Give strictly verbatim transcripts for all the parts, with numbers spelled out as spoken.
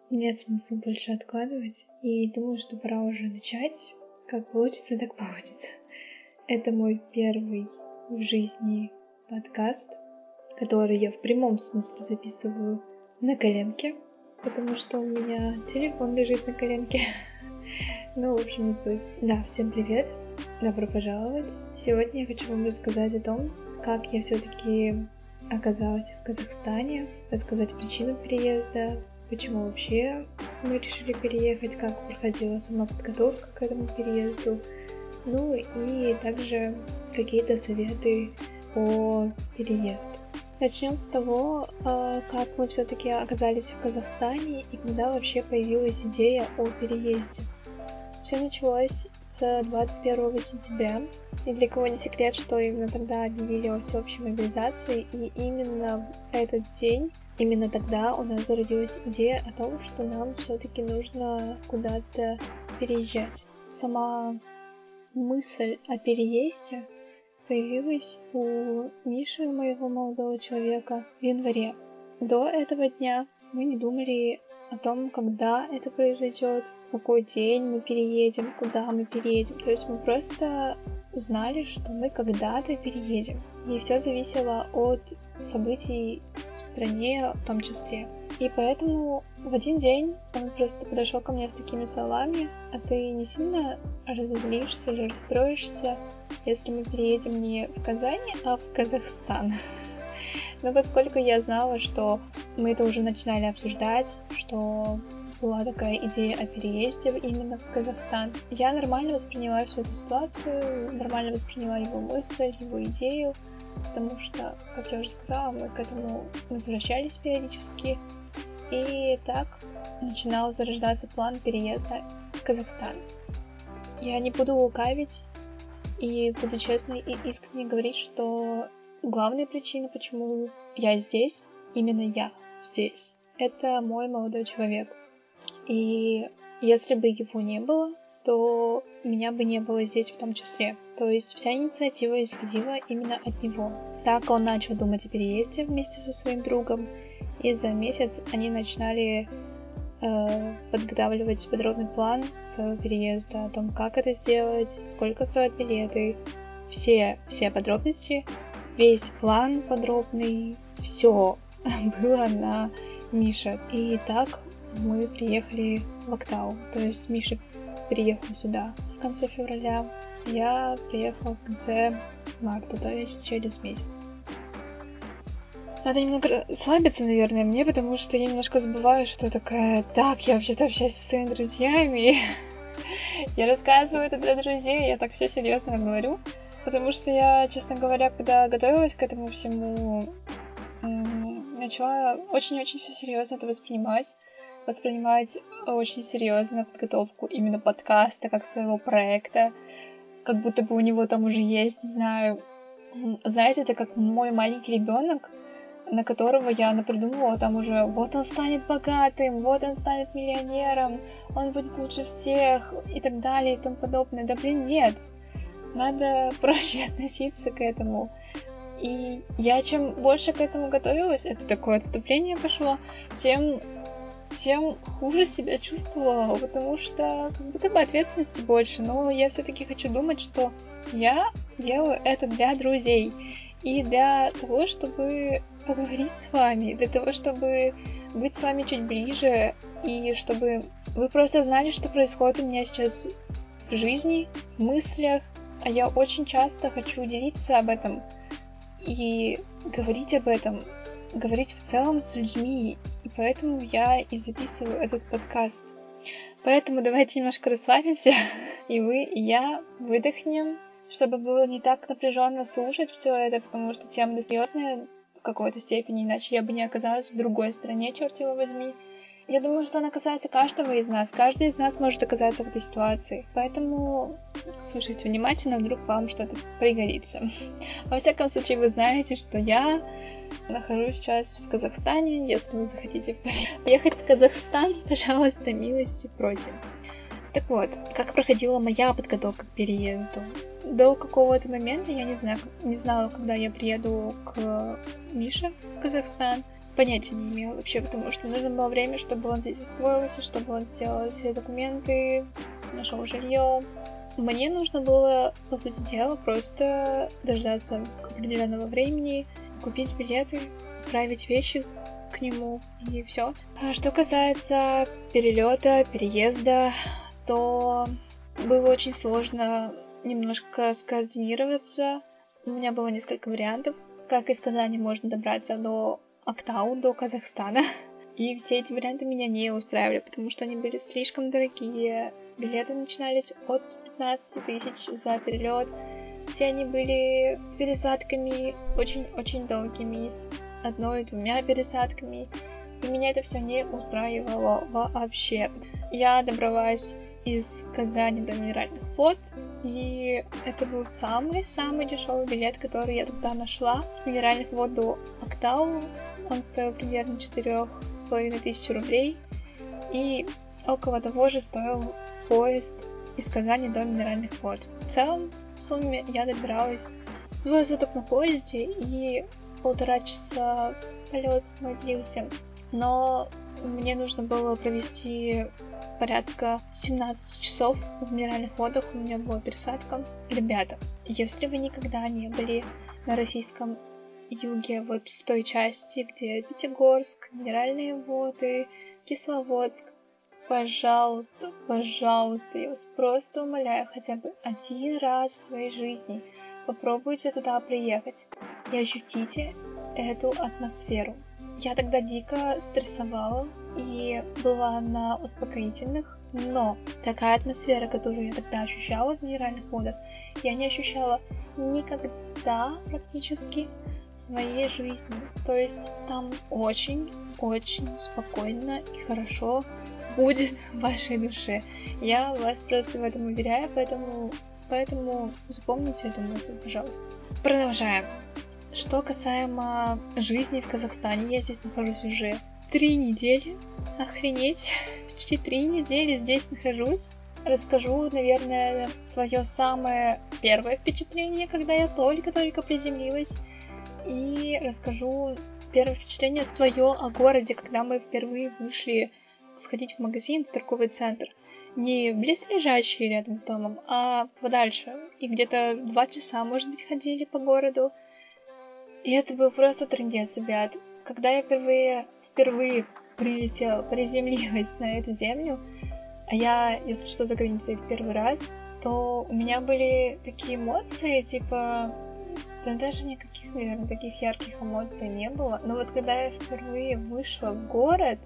нет смысла больше откладывать, и думаю, что пора уже начать. Как получится, так получится. Это мой первый в жизни подкаст, который я в прямом смысле записываю на коленке, потому что у меня телефон лежит на коленке. Ну, в общем, не суть. Да, всем привет, добро пожаловать. Сегодня я хочу вам рассказать о том, как я все-таки оказалась в Казахстане, рассказать причину переезда, почему вообще мы решили переехать, как проходила сама подготовка к этому переезду, ну и также какие-то советы по переезду. Начнем с того, как мы все-таки оказались в Казахстане и когда вообще появилась идея о переезде. Все началось с двадцать первого сентября, и для кого не секрет, что именно тогда объявили о всеобщей мобилизации, и именно в этот день, именно тогда у нас зародилась идея о том, что нам все-таки нужно куда-то переезжать. Сама мысль о переезде появилась у Миши, моего молодого человека, в январе. До этого дня мы не думали о том, когда это произойдет, в какой день мы переедем, куда мы переедем. То есть мы просто знали, что мы когда-то переедем. И все зависело от событий в стране в том числе. И поэтому в один день он просто подошел ко мне с такими словами: а ты не сильно разозлишься или расстроишься, если мы переедем не в Казань, а в Казахстан? Но поскольку я знала, что мы это уже начинали обсуждать, что была такая идея о переезде именно в Казахстан, я нормально восприняла всю эту ситуацию, нормально восприняла его мысль, его идею, потому что, как я уже сказала, мы к этому возвращались периодически, и так начинал зарождаться план переезда в Казахстан. Я не буду лукавить и буду честно и искренне говорить, что главная причина, почему я здесь, именно я здесь, это мой молодой человек. И если бы его не было, то меня бы не было здесь в том числе. То есть вся инициатива исходила именно от него. Так он начал думать о переезде вместе со своим другом, и за месяц они начинали э, подготавливать подробный план своего переезда, о том, как это сделать, сколько стоят билеты, все, все подробности. Весь план подробный, все было на Мише. И так мы приехали в Актау. То есть Миша приехал сюда в конце февраля, я приехала в конце марта, то есть через месяц. Надо немного слабиться, наверное, мне, потому что я немножко забываю, что такая: так, я вообще-то общаюсь со своими друзьями. Я рассказываю это для друзей, я так все серьезно говорю. Потому что я, честно говоря, когда готовилась к этому всему, начала очень-очень все серьезно это воспринимать. Воспринимать очень серьезно подготовку именно подкаста, как своего проекта. Как будто бы у него там уже есть, не знаю... Знаете, это как мой маленький ребенок, на которого я напридумывала там уже: вот он станет богатым, вот он станет миллионером, он будет лучше всех и так далее и тому подобное. Да блин, нет. Надо проще относиться к этому. И я чем больше к этому готовилась, это такое отступление пошло, тем, тем хуже себя чувствовала, потому что как будто бы ответственности больше. Но я все-таки хочу думать, что я делаю это для друзей и для того, чтобы поговорить с вами, для того, чтобы быть с вами чуть ближе, и чтобы вы просто знали, что происходит у меня сейчас в жизни, в мыслях. А я очень часто хочу делиться об этом и говорить об этом, говорить в целом с людьми, и поэтому я и записываю этот подкаст. Поэтому давайте немножко расслабимся, и вы, и я выдохнем, чтобы было не так напряженно слушать все это, потому что тема серьезная в какой-то степени, иначе я бы не оказалась в другой стране, черт его возьми. Я думаю, что она касается каждого из нас. Каждый из нас может оказаться в этой ситуации. Поэтому слушайте внимательно, вдруг вам что-то пригодится. Во всяком случае, вы знаете, что я нахожусь сейчас в Казахстане. Если вы захотите поехать в Казахстан, пожалуйста, милости просим. Так вот, как проходила моя подготовка к переезду? До какого-то момента я не знаю, не знала, когда я приеду к Мише в Казахстан. понятия не имела вообще, потому что нужно было время, чтобы он здесь освоился, чтобы он сделал все документы, нашел жилье. Мне нужно было, по сути дела, просто дождаться определенного времени, купить билеты, отправить вещи к нему и все. А что касается перелета, переезда, то было очень сложно немножко скоординироваться. У меня было несколько вариантов, как из Казани можно добраться до Актау, до Казахстана. И все эти варианты меня не устраивали, потому что они были слишком дорогие. Билеты начинались от пятнадцать тысяч за перелет. Все они были с пересадками очень-очень долгими, с одной-двумя пересадками. И меня это все не устраивало вообще. Я добралась из Казани до Минеральных вод, и это был самый-самый дешевый билет, который я тогда нашла. С Минеральных вод до Актау он стоил примерно четыре с половиной тысячи рублей, и около того же стоил поезд из Казани до Минеральных вод. В целом, в сумме я добиралась двое суток на поезде, и полтора часа полет мой длился. Но мне нужно было провести порядка семнадцать часов в Минеральных водах, у меня была пересадка. Ребята, если вы никогда не были на российском юге, вот в той части, где Пятигорск, Минеральные воды, Кисловодск, пожалуйста, пожалуйста, я вас просто умоляю, хотя бы один раз в своей жизни попробуйте туда приехать и ощутите эту атмосферу. Я тогда дико стрессовала и была на успокоительных, но такая атмосфера, которую я тогда ощущала в Минеральных водах, я не ощущала никогда практически в своей жизни. То есть там очень-очень спокойно и хорошо будет в вашей душе. Я вас просто в этом уверяю, поэтому, поэтому запомните эту мысль, пожалуйста. Продолжаем. Что касаемо жизни в Казахстане, я здесь нахожусь уже три недели. Охренеть, почти три недели здесь нахожусь. Расскажу, наверное, свое самое первое впечатление, когда я только-только приземлилась. И расскажу первое впечатление свое о городе, когда мы впервые вышли сходить в магазин, в торговый центр. Не близлежащий рядом с домом, а подальше. И где-то два часа, может быть, ходили по городу. И это был просто трындец, ребят. Когда я впервые, впервые прилетела, приземлилась на эту землю, а я, если что, за границей в первый раз, то у меня были такие эмоции, типа... Да даже никаких, наверное, таких ярких эмоций не было. Но вот когда я впервые вышла в город,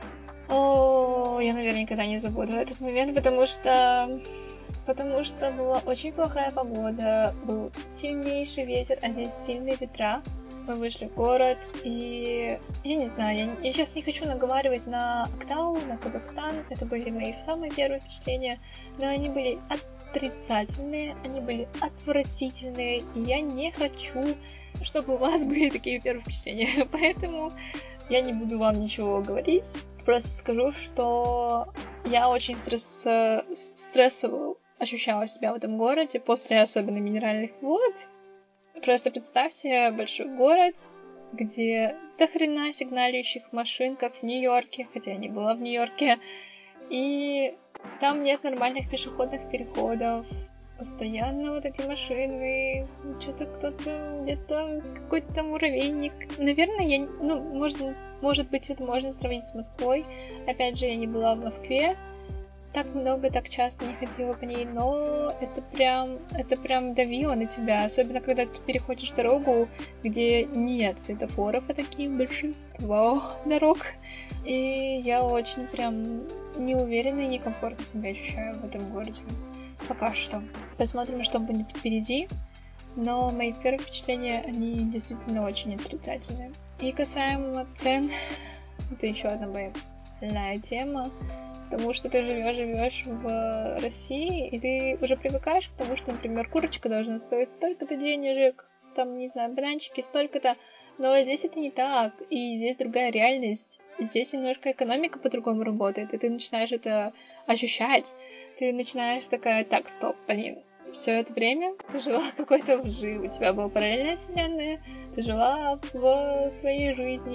о, я, наверное, никогда не забуду этот момент, потому что... Потому что была очень плохая погода, был сильнейший ветер, а здесь сильные ветра. Мы вышли в город, и я не знаю, я, я сейчас не хочу наговаривать на Актау, на Казахстан, это были мои самые первые впечатления, но они были отрицательные, они были отвратительные, и я не хочу, чтобы у вас были такие первые впечатления, поэтому я не буду вам ничего говорить, просто скажу, что я очень стресс... стрессово ощущала себя в этом городе, после особенно Минеральных вод. Просто представьте большой город, где до хрена сигналищих машин, как в Нью-Йорке, хотя я не была в Нью-Йорке, и там нет нормальных пешеходных переходов, постоянно вот эти машины, что-то кто-то, где-то какой-то там муравейник. Наверное, я, ну, может, может быть, это можно сравнить с Москвой. Опять же, я не была в Москве, так много, так часто не ходила по ней, но это прям, это прям давило на тебя, особенно когда ты переходишь дорогу, где нет светофоров, а такие большинство дорог, и я очень прям неуверенно и некомфортно себя ощущаю в этом городе. Пока что. Посмотрим, что будет впереди, но мои первые впечатления, они действительно очень отрицательные. И касаемо цен, это еще одна моя больная тема. Потому что ты живешь, живешь в России, и ты уже привыкаешь к тому, что, например, курочка должна стоить столько-то денежек, там, не знаю, бананчики столько-то, но здесь это не так, и здесь другая реальность, здесь немножко экономика по-другому работает, и ты начинаешь это ощущать, ты начинаешь такая, так, стоп, блин, все это время ты жила какой-то лжи, у тебя была параллельная вселенная, ты жила в своей жизни,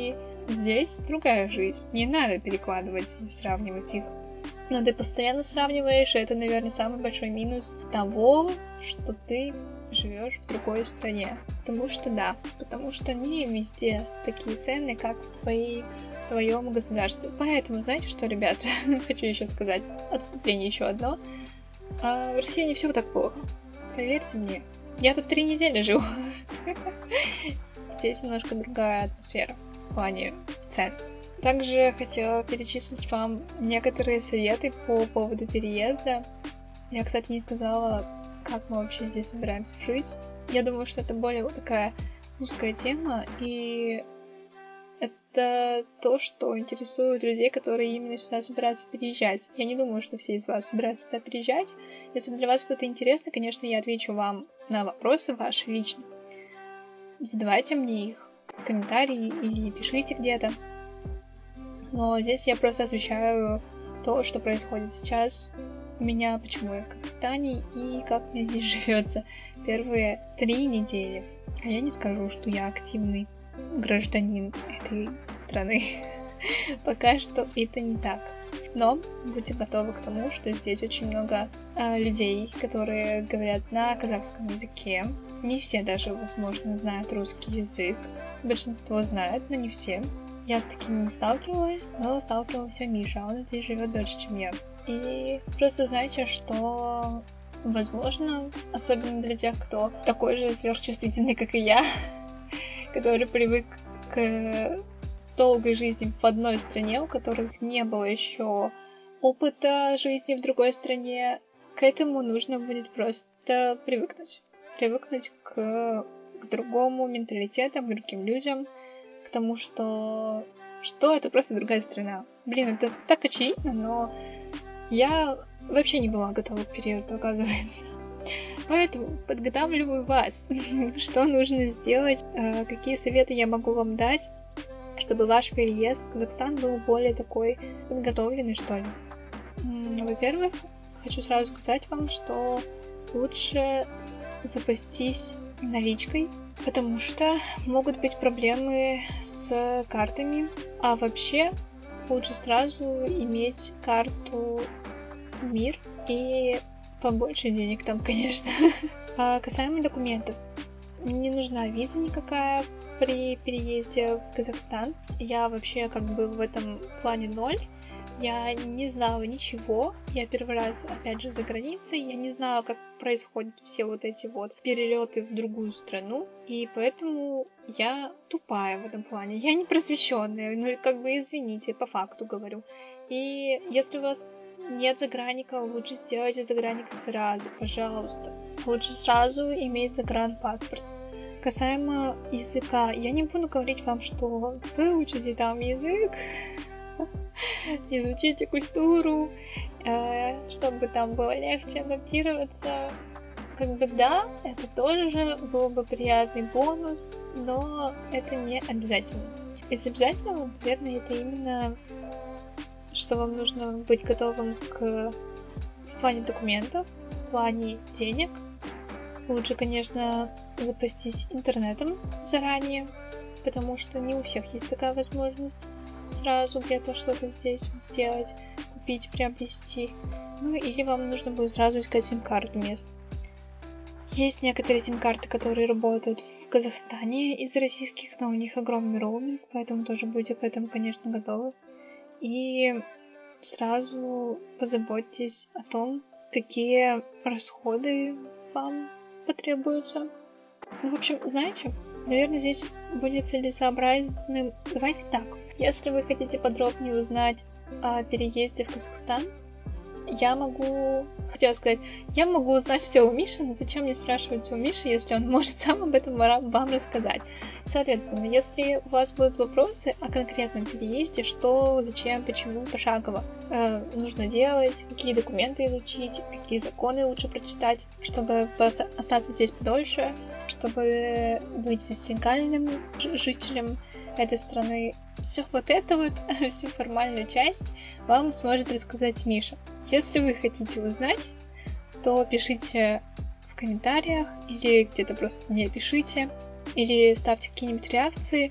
здесь другая жизнь. Не надо перекладывать и сравнивать их. Но ты постоянно сравниваешь, и это, наверное, самый большой минус того, что ты живешь в другой стране. Потому что да, потому что не везде такие цены, как в твоей, в твоем государстве. Поэтому, знаете что, ребята, хочу еще сказать, отступление еще одно. А в России не все так плохо. Поверьте мне. Я тут три недели живу. Здесь немножко другая атмосфера в плане цен. Также хотела перечислить вам некоторые советы по поводу переезда. Я, кстати, не сказала, как мы вообще здесь собираемся жить. Я думаю, что это более вот такая узкая тема, и это то, что интересует людей, которые именно сюда собираются переезжать. Я не думаю, что все из вас собираются сюда переезжать. Если для вас что-то интересно, конечно, я отвечу вам на вопросы ваши лично. Задавайте мне их в комментарии или пишите где-то. Но здесь я просто освещаю то, что происходит сейчас у меня, почему я в Казахстане и как мне здесь живется первые три недели. А я не скажу, что я активный гражданин этой страны. Пока что это не так. Но будьте готовы к тому, что здесь очень много э, людей, которые говорят на казахском языке. Не все даже, возможно, знают русский язык. Большинство знают, но не все. Я с таким не сталкивалась, но сталкивался Миша, он здесь живет дольше, чем я. И просто знаете, что, возможно, особенно для тех, кто такой же сверхчувствительный, как и я, который привык к долгой жизни в одной стране, у которых не было еще опыта жизни в другой стране, к этому нужно будет просто привыкнуть. Привыкнуть к, к другому менталитету, к другим людям, к тому, что, что это просто другая страна. Блин, это так очевидно, но я вообще не была готова к переезду, оказывается. Поэтому подготавливаю вас, что нужно сделать, какие советы я могу вам дать, чтобы ваш переезд в Казахстан был более такой подготовленный, что ли. Во-первых, хочу сразу сказать вам, что лучше запастись наличкой, потому что могут быть проблемы с картами, а вообще лучше сразу иметь карту МИР и побольше денег там, конечно. А касаемо документов, не нужна виза никакая при переезде в Казахстан. Я вообще как бы в этом плане ноль. Я не знала ничего. Я первый раз, опять же, за границей. Я не знала, как происходят все вот эти вот перелеты в другую страну. И поэтому я тупая в этом плане. Я не просвещенная. Ну, как бы, извините, по факту говорю. И если у вас нет загранника, лучше сделайте загранник сразу, пожалуйста. Лучше сразу иметь загранпаспорт. Касаемо языка, я не буду говорить вам, что выучите там язык, изучите культуру, э, чтобы там было легче адаптироваться. Как бы да, это тоже был бы приятный бонус, но это не обязательно. Из обязательного, наверное, это именно, что вам нужно быть готовым к в плане документов, в плане денег. Лучше, конечно, запастись интернетом заранее, потому что не у всех есть такая возможность сразу где-то что-то здесь сделать, купить, приобрести. Ну или вам нужно будет сразу искать сим-карту мест. Есть некоторые сим-карты, которые работают в Казахстане из российских, но у них огромный роуминг, поэтому тоже будете к этому, конечно, готовы. И сразу позаботьтесь о том, какие расходы вам потребуются. Ну, в общем, знаете, наверное, здесь будет целесообразным. Давайте так. Если вы хотите подробнее узнать о переезде в Казахстан, я могу, хотела сказать, я могу узнать все у Миши, но зачем мне спрашивать у Миши, если он может сам об этом вам рассказать. Соответственно, если у вас будут вопросы о конкретном переезде, что, зачем, почему, пошагово э, нужно делать, какие документы изучить, какие законы лучше прочитать, чтобы остаться здесь подольше, чтобы быть легальным жителем этой страны, все вот это вот, всю формальную часть вам сможет рассказать Миша. Если вы хотите узнать, то пишите в комментариях или где-то просто мне пишите, или ставьте какие-нибудь реакции.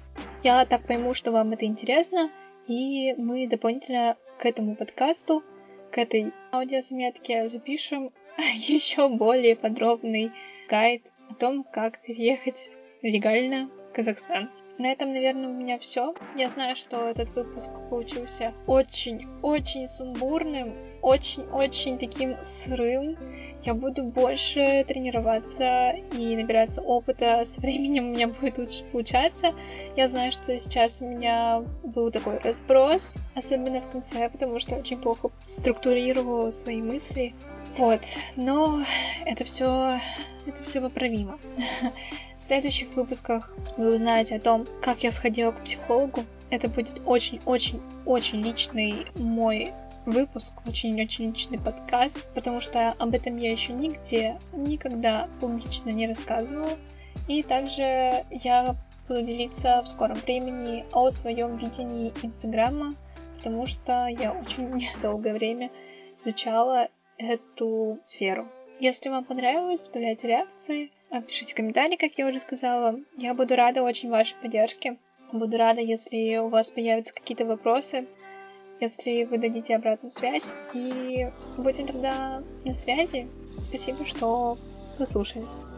Я так пойму, что вам это интересно, и мы дополнительно к этому подкасту, к этой аудиозаметке запишем еще более подробный гайд о том, как переехать легально в Казахстан. На этом, наверное, у меня все. Я знаю, что этот выпуск получился очень-очень сумбурным, очень-очень таким сырым. Я буду больше тренироваться и набираться опыта. Со временем у меня будет лучше получаться. Я знаю, что сейчас у меня был такой разброс, особенно в конце, потому что очень плохо структурировала свои мысли. Вот, но это все, это все поправимо. В следующих выпусках вы узнаете о том, как я сходила к психологу. Это будет очень-очень-очень личный мой выпуск, очень-очень личный подкаст, потому что об этом я еще нигде, никогда публично не рассказывала. И также я буду делиться в скором времени о своем видении Инстаграма, потому что я очень долгое время изучала эту сферу. Если вам понравилось, оставляйте реакции, пишите комментарии, как я уже сказала. Я буду рада очень вашей поддержке. Буду рада, если у вас появятся какие-то вопросы, если вы дадите обратную связь. И будем тогда на связи. Спасибо, что послушали.